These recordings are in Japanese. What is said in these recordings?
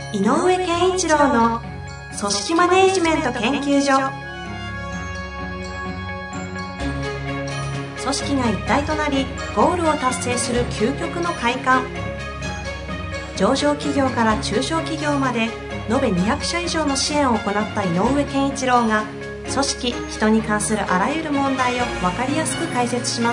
井上健一郎の組織マネジメント研究所。組織が一体となりゴールを達成する究極の快感。上場企業から中小企業まで延べ200社以上の支援を行った井上健一郎が、組織・人に関するあらゆる問題を分かりやすく解説します。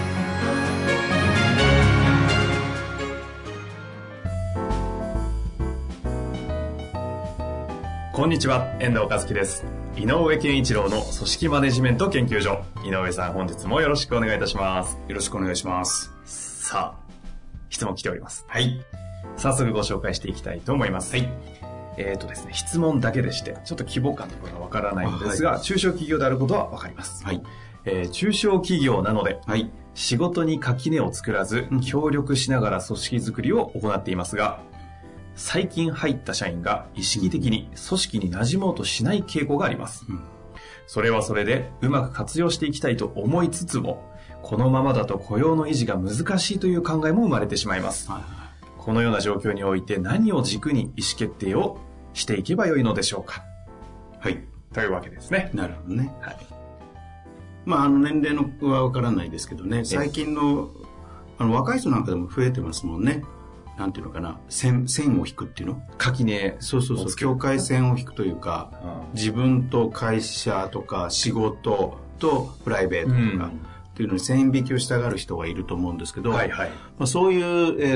こんにちは、遠藤和樹です。井上健一郎の組織マネジメント研究所。井上さん、本日もよろしくお願いいたします。 よろしくお願いします。 さあ、質問来ております。 はい。 早速ご紹介していきたいと思います。 はい。 ですね、質問だけでして、ちょっと規模感とかがわからないのですが、中小企業であることはわかります。 はい。 中小企業なので、 はい。 仕事に垣根を作らず、協力しながら組織づくりを行っていますが、最近入った社員が意識的に組織に馴染もうとしない傾向があります。それはそれでうまく活用していきたいと思いつつも、このままだと雇用の維持が難しいという考えも生まれてしまいます。このような状況において何を軸に意思決定をしていけばよいのでしょうか。 はい。 というわけですね。 なるほどね。 はい。 年齢のはわからないですけどね、最近の、若い人なんかでも増えてますもんね。なんていうのかな、線を引くっていうの、 垣根。 そう境界線を引くというか、自分と会社とか仕事とプライベートとか、っていうのに線引きをしたがる人がいると思うんですけど、 はいはい。 そういう、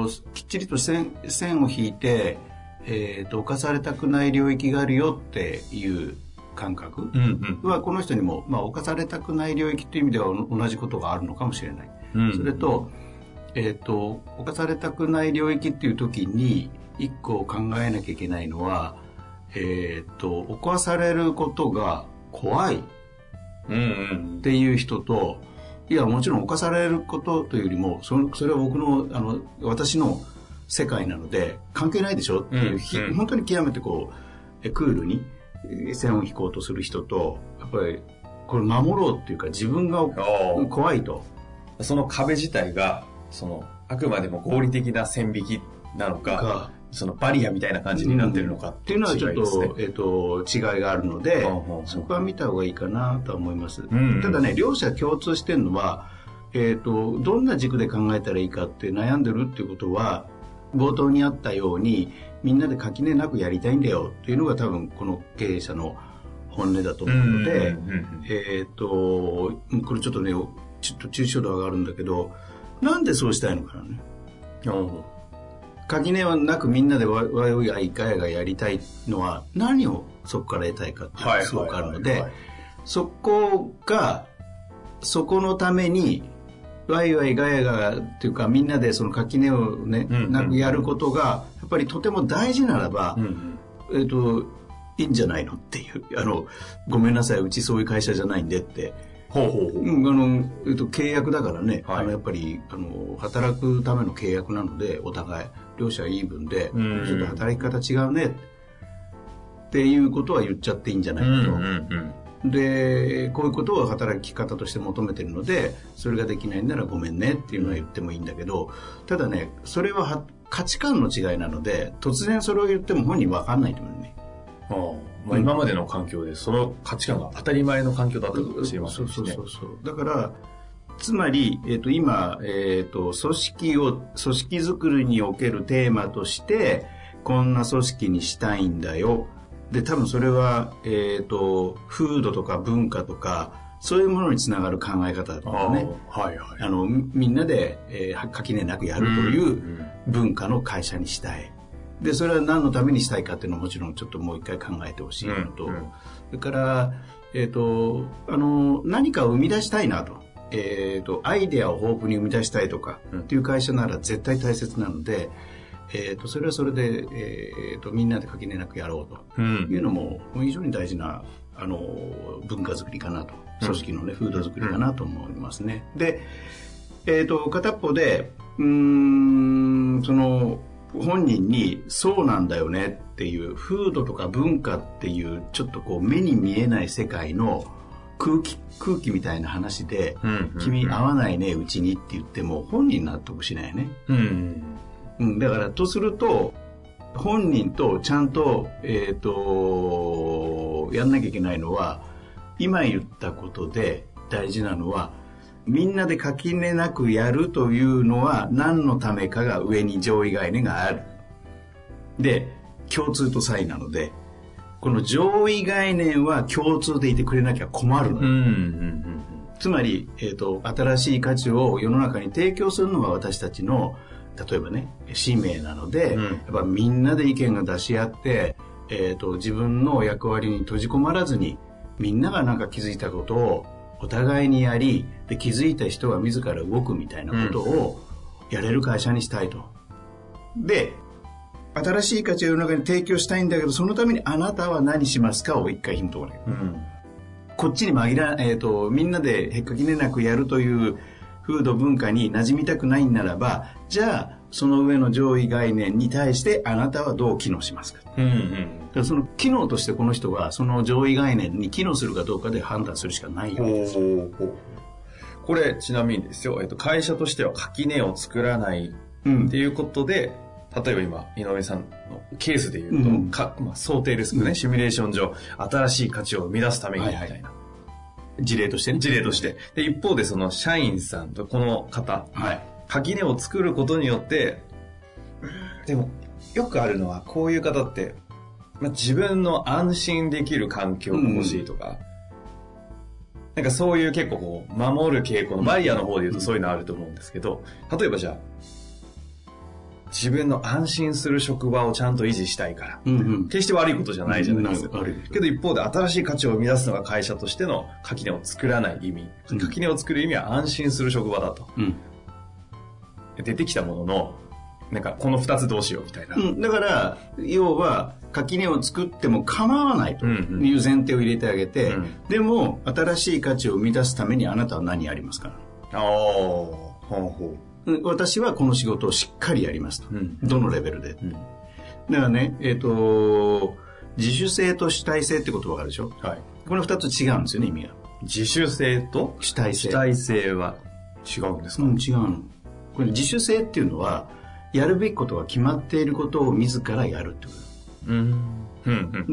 きっちりと線を引いて、侵されたくない領域があるよっていう感覚は、この人にも、侵されたくない領域っていう意味では同じことがあるのかもしれない。それと、侵されたくない領域っていう時に一個考えなきゃいけないのは、侵されることが怖いっていう人と、いやもちろん侵されることというよりもそれは僕の私の世界なので関係ないでしょっていう、本当に極めてこうクールに線を引こうとする人と、やっぱりこれ守ろうっていうか自分が怖いと、 その壁自体があくまでも合理的な線引きなのか、そのバリアみたいな感じになってるのかっていうのはちょっと、違いがあるので、そこは見た方がいいかなとは思います。ただね、両者共通してるのは、どんな軸で考えたらいいかって悩んでるっていうことは、冒頭にあったように、みんなで垣根なくやりたいんだよっていうのが多分この経営者の本音だと思うので、これちょっとね、ちょっと抽象度上がるんだけど、なんでそうしたいのかなね。垣根はなくみんなでワイワイガヤガヤやりたいのは何をそこから得たいかっていうのがすごくあるので、そこのためにワイワイガヤガヤっていうか、みんなでその垣根をね、なくやることがやっぱりとても大事ならば、いいんじゃないのっていう、ごめんなさい、うちそういう会社じゃないんでって契約だからね、やっぱり働くための契約なので、お互い両者イーブンで、ちょっと働き方違うねっていうことは言っちゃっていいんじゃないかと。で、こういうことを働き方として求めてるので、それができないんならごめんねっていうのは言ってもいいんだけど、ただね、それは価値観の違いなので、突然それを言っても本人分かんないと思うね。 今までの環境でその価値観が当たり前の環境だったかもしれませんしね。 だからつまり、今、組織づくりにおけるテーマとしてこんな組織にしたいんだよ。で、多分それは、風土とか文化とかそういうものにつながる考え方だと思うね。みんなで、垣根なくやるという文化の会社にしたい。で、それは何のためにしたいかっていうのはもちろんちょっともう一回考えてほしいのと、それから、何かを生み出したいなと、アイデアを豊富に生み出したいとかっていう会社なら絶対大切なので、それはそれで、みんなで垣根なくやろうというのも非常に大事な、文化づくりかなと、組織のね、風土づくりかなと思いますね。で、片っぽで、本人にそうなんだよねっていう風土とか文化っていうちょっとこう目に見えない世界の空気みたいな話で、君合わないねうちにって言っても本人納得しないね。だからとすると本人とちゃんと、やんなきゃいけないのは、今言ったことで大事なのは、みんなで垣根なくやるというのは何のためかが上に上位概念がある。で、共通と差異なので、この上位概念は共通でいてくれなきゃ困るの。つまり、新しい価値を世の中に提供するのが私たちの、例えばね、使命なので、やっぱみんなで意見が出し合って、自分の役割に閉じ込まらずに、みんながなんか気づいたことをお互いにやり、で気づいた人が自ら動くみたいなことをやれる会社にしたいと。で、新しい価値を世の中に提供したいんだけど、そのためにあなたは何しますかを一回ヒントをね。こっちにみんなで垣根なくやるという風土文化に馴染みたくないんならば、じゃあその上の上位概念に対してあなたはどう機能しますか。だからその機能としてこの人はその上位概念に機能するかどうかで判断するしかないよ。 これちなみにですよ、会社としては垣根を作らないっていうことで、例えば今井上さんのケースでいうと、想定ですけどね、シミュレーション上新しい価値を生み出すためにみたいな、 事例としてね。 事例として。で、一方でその社員さんとこの方、垣根を作ることによって、でもよくあるのはこういう方って、自分の安心できる環境が欲しいとか、なんかそういう結構こう守る傾向のバイヤーの方で言うとそういうのあると思うんですけど、例えばじゃあ自分の安心する職場をちゃんと維持したいから、決して悪いことじゃないじゃないですか。けど一方で新しい価値を生み出すのが会社としての垣根を作らない意味、垣根を作る意味は安心する職場だと、出てきたものの、なんかこの2つどうしようみたいな、 だから要は垣根を作っても構わないという前提を入れてあげて、でも新しい価値を生み出すためにあなたは何やりますか。私はこの仕事をしっかりやりますと、どのレベルで、だからね、自主性と主体性って言葉があるでしょ、この2つ違うんですよね、意味が。 自主性と主体性。 主体性は違うんですか。 違うの。これ自主性っていうのはやるべきことが決まっていることを自らやるってこと。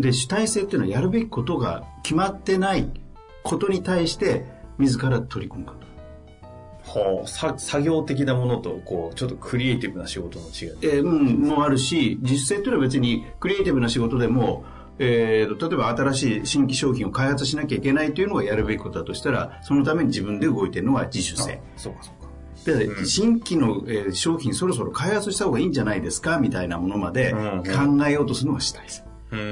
で、主体性っていうのはやるべきことが決まってないことに対して自ら取り組むこと。 作業的なものとこうちょっとクリエイティブな仕事の違い、 もあるし、自主性っていうのは別にクリエイティブな仕事でも、例えば新しい新規商品を開発しなきゃいけないというのがやるべきことだとしたら、そのために自分で動いているのが自主性。 そうかそうか。 で、新規の、商品そろそろ開発した方がいいんじゃないですかみたいなものまで考えようとするのが主体性。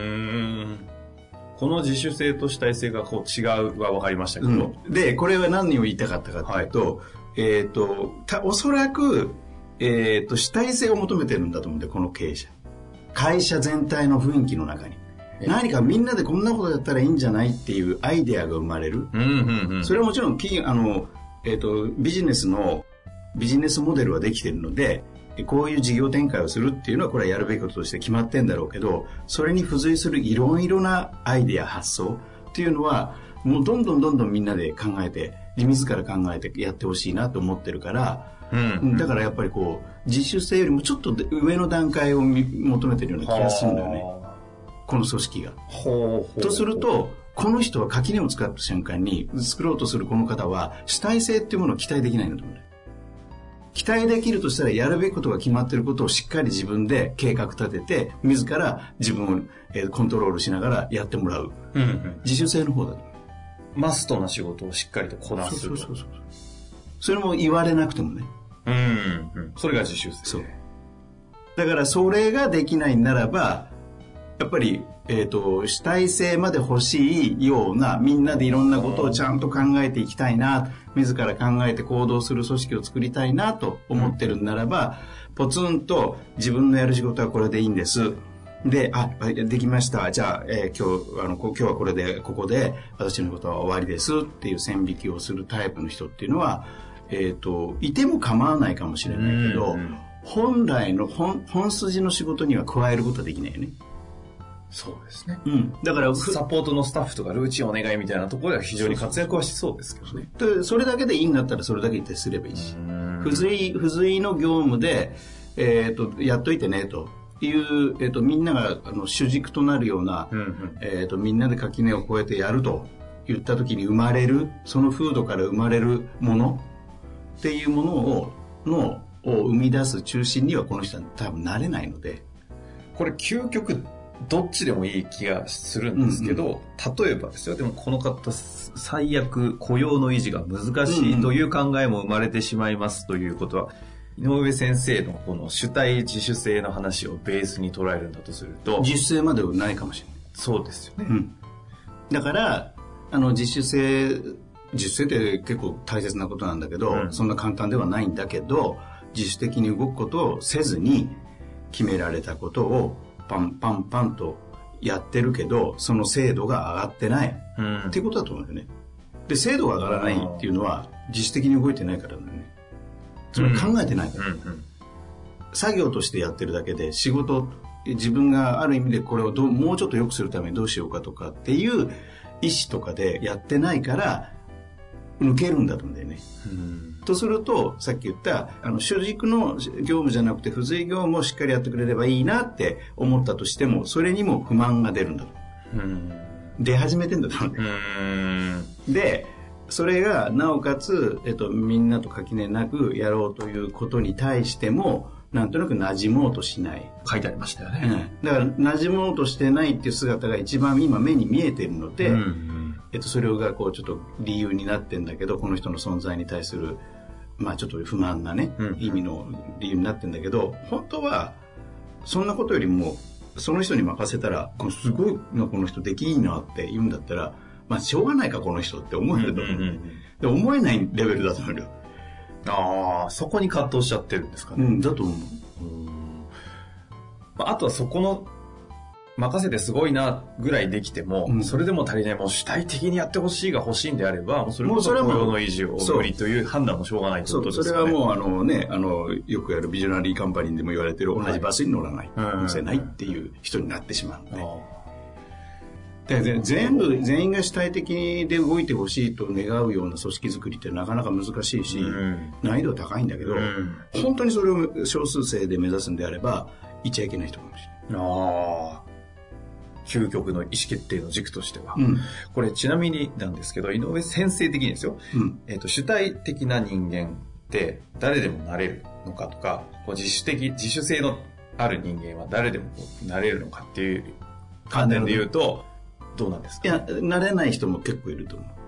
この自主性と主体性がこう違うは分かりましたけど、 でこれは何を言いたかったかというと、おそらく、主体性を求めてるんだと思うんで、この経営者。会社全体の雰囲気の中に。何かみんなでこんなことやったらいいんじゃないっていうアイデアが生まれる。それはもちろんビジネスモデルはできているので、こういう事業展開をするっていうのはこれはやるべきこととして決まってんだろうけど、それに付随するいろいろなアイデア発想っていうのはもうどんどんみんなで考えて、自ら考えてやってほしいなと思ってるから、だからやっぱりこう自主性よりもちょっと上の段階を求めてるような気がするんだよね、この組織が。とすると、この人は垣根を使った瞬間に作ろうとするこの方は主体性っていうものを期待できないんだと思うんだよ。期待できるとしたら、やるべきことが決まっていることをしっかり自分で計画立てて、自ら自分をコントロールしながらやってもらう、自主性の方だと。 マストな仕事をしっかりとこなす。 それも言われなくてもね。 それが自主性。 そう。だからそれができないならば、やっぱり主体性まで欲しいような、みんなでいろんなことをちゃんと考えていきたいな、自ら考えて行動する組織を作りたいなと思ってるならば、ポツンと自分のやる仕事はこれでいいんです。で、できました。じゃあ、今日はこれで、ここで私のことは終わりですっていう線引きをするタイプの人っていうのは、いても構わないかもしれないけど、本来の本筋の仕事には加えることはできないよね。 そうですね。 だからサポートのスタッフとかルーチンお願いみたいなところでは非常に活躍はしそうですけどね。 でそれだけでいいんだったらそれだけですればいいし、付随の業務で、やっといてねと、 いう、みんなが主軸となるような、みんなで垣根を越えてやると言った時に生まれる、その風土から生まれるものっていうものを生み出す中心にはこの人は多分なれないので。 これ究極どっちでもいい気がするんですけど、例えばですよ、でもこの方最悪雇用の維持が難しいという考えも生まれてしまいますということは、井上先生のこの主体自主性の話をベースに捉えるんだとすると、 自主性まではないかもしれない。 そうですよね。 だから自主性って結構大切なことなんだけど、そんな簡単ではないんだけど、自主的に動くことをせずに決められたことをパンパンパンとやってるけど、その精度が上がってない、っていうことだと思うんだよね。で、精度が上がらないっていうのは自主的に動いてないからなんだよね。つまり考えてないから、作業としてやってるだけで、仕事、自分がある意味でこれをもうちょっと良くするためにどうしようかとかっていう意思とかでやってないから抜けるんだと思うんだよね。とすると、さっき言った主軸の業務じゃなくて付随業務をしっかりやってくれればいいなって思ったとしても、それにも不満が出るんだと。出始めてんだと思うんだよ。で、それがなおかつ、みんなと垣根なくやろうということに対してもなんとなく馴染もうとしない。 書いてありましたよね。 だから馴染もうとしてないっていう姿が一番今目に見えているので、それがこうちょっと理由になってんだけど、この人の存在に対するちょっと不満なね、意味の理由になってんだけど、本当はそんなことよりもその人に任せたらすごいな、この人できいいなって言うんだったら、しょうがないかこの人って思えると思う、で思えないレベルだと思うよ。 そこに葛藤しちゃってるんですかね。 だと思う。 あとはそこの任せてすごいなぐらいできても、それでも足りない、もう主体的にやってほしいが欲しいんであれば、もうそれこそ雇用の維持を無理という判断もしょうがないということですかね。 それはもうよくやるビジョナリーカンパニーでも言われてる、同じバスに乗らない、乗せないっていう人になってしまうので。で全員が主体的で動いてほしいと願うような組織づくりってなかなか難しいし、難易度高いんだけど、本当にそれを少数生で目指すんであればいっちゃいけない人かもしれない。 究極の意思決定の軸としては、これちなみになんですけど、井上先生的にですよ、主体的な人間って誰でもなれるのかとか、自主性のある人間は誰でもなれるのかっていう観点で言うとどうなんですか？ いや、なれない人も結構いると思う。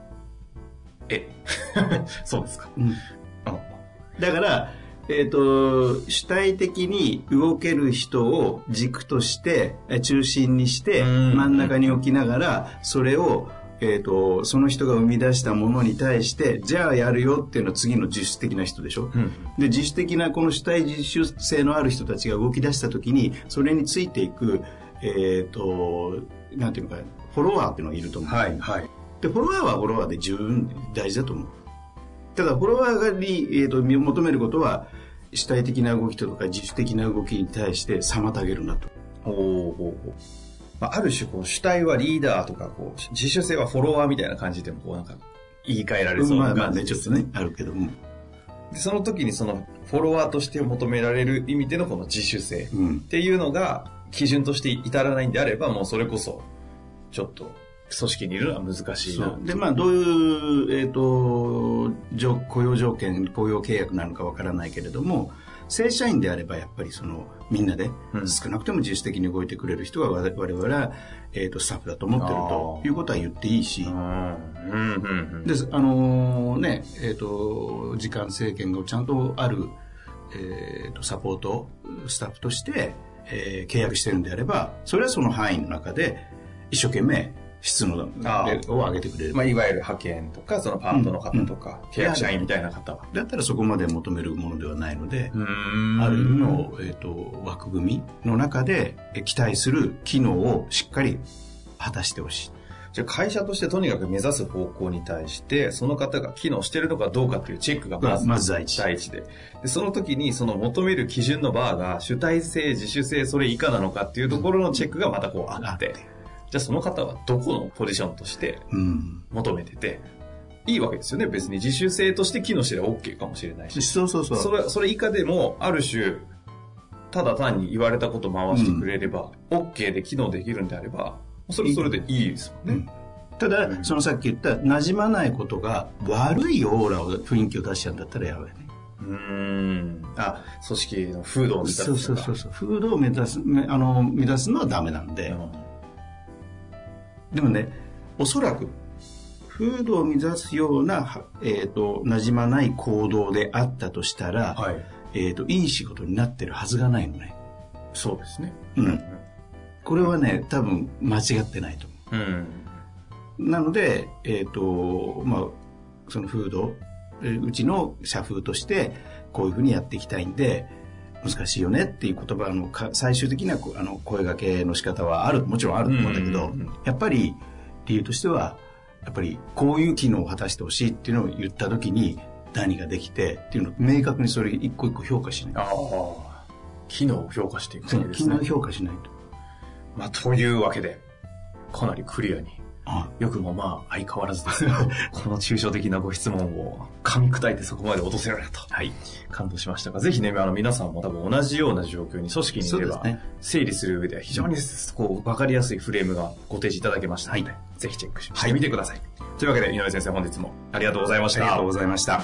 そうですか。 だから主体的に動ける人を軸として中心にして真ん中に置きながら、それをその人が生み出したものに対してじゃあやるよっていうのは次の自主的な人でしょ、で自主的なこの主体自主性のある人たちが動き出した時にそれについていくなんていうのか、フォロワーっていうのがいると思う、でフォロワーはフォロワーで十分大事だと思う。ただフォロワーに、求めることは主体的な動きとか自主的な動きに対して妨げるなと。 ある種主体はリーダーとか自主性はフォロワーみたいな感じでも言い換えられそうな感じです。 ちょっとねあるけども、 でその時にそのフォロワーとして求められる意味でのこの自主性っていうのが基準として至らないんであれば、もうそれこそちょっと組織にいるのは難しいな。 でどういう、雇用条件、雇用契約なのかわからないけれども、正社員であればやっぱりみんなで少なくとも自主的に動いてくれる人が我々は、スタッフだと思ってるということは言っていいし、で時間制限がちゃんとある、サポートスタッフとして、契約してるんであれば、それはその範囲の中で一生懸命質のレベルを上げてくれる。 いわゆる派遣とか、そのパートの方とか、契約社員みたいな方は。 だったらそこまで求めるものではないので、ある意味の、枠組みの中で期待する機能をしっかり果たしてほしい。 じゃあ会社としてとにかく目指す方向に対して、その方が機能しているのかどうかというチェックがまず第一で。その時にその求める基準のバーが主体性、自主性、それ以下なのかっていうところのチェックがまたあって、じゃあその方はどこのポジションとして求めてて、いいわけですよね。別に自主性として機能してれば OK かもしれないし。 そう。 それ以下でもある種ただ単に言われたこと回してくれれば、OK で機能できるんであれば、それでいいですもんね。 ただ、そのさっき言った馴染まないことが悪いオーラを、雰囲気を出しちゃうんだったらやばいね。 組織の風土を満たす。 そう。風土を満たすのはダメなんで。でもね、おそらく、風土を満たすような、馴染まない行動であったとしたら、いい仕事になってるはずがないのね。 そうですね。 これはね、多分間違ってないと思う。なので、その風土、うちの社風としてこういうふうにやっていきたいんで難しいよねっていう言葉最終的な声掛けの仕方はもちろんあると思うんだけど、やっぱり理由としてはやっぱりこういう機能を果たしてほしいっていうのを言った時に何ができてっていうのを明確にそれ一個一個評価しないと。 機能を評価していくわけですね。 機能を評価しないと。というわけでかなりクリアに。よくも相変わらずですがこの抽象的なご質問を噛み砕いてそこまで落とせられたと、感動しましたが、ぜひね、皆さんも多分同じような状況に組織にいれば、整理する上では非常に分かりやすいフレームがご提示いただけましたので、ぜひチェックしてみてください。というわけで井上先生、本日もありがとうございました。 ありがとうございました。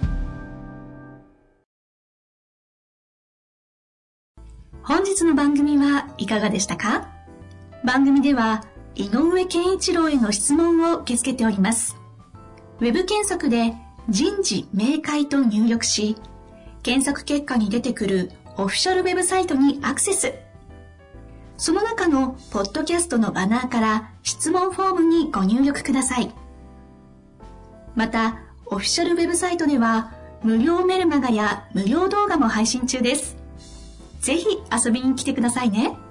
本日の番組はいかがでしたか？番組では井上健一郎への質問を受け付けております。ウェブ検索で人事明快と入力し、検索結果に出てくるオフィシャルウェブサイトにアクセス。その中のポッドキャストのバナーから質問フォームにご入力ください。また、オフィシャルウェブサイトでは無料メルマガや無料動画も配信中です。ぜひ遊びに来てくださいね。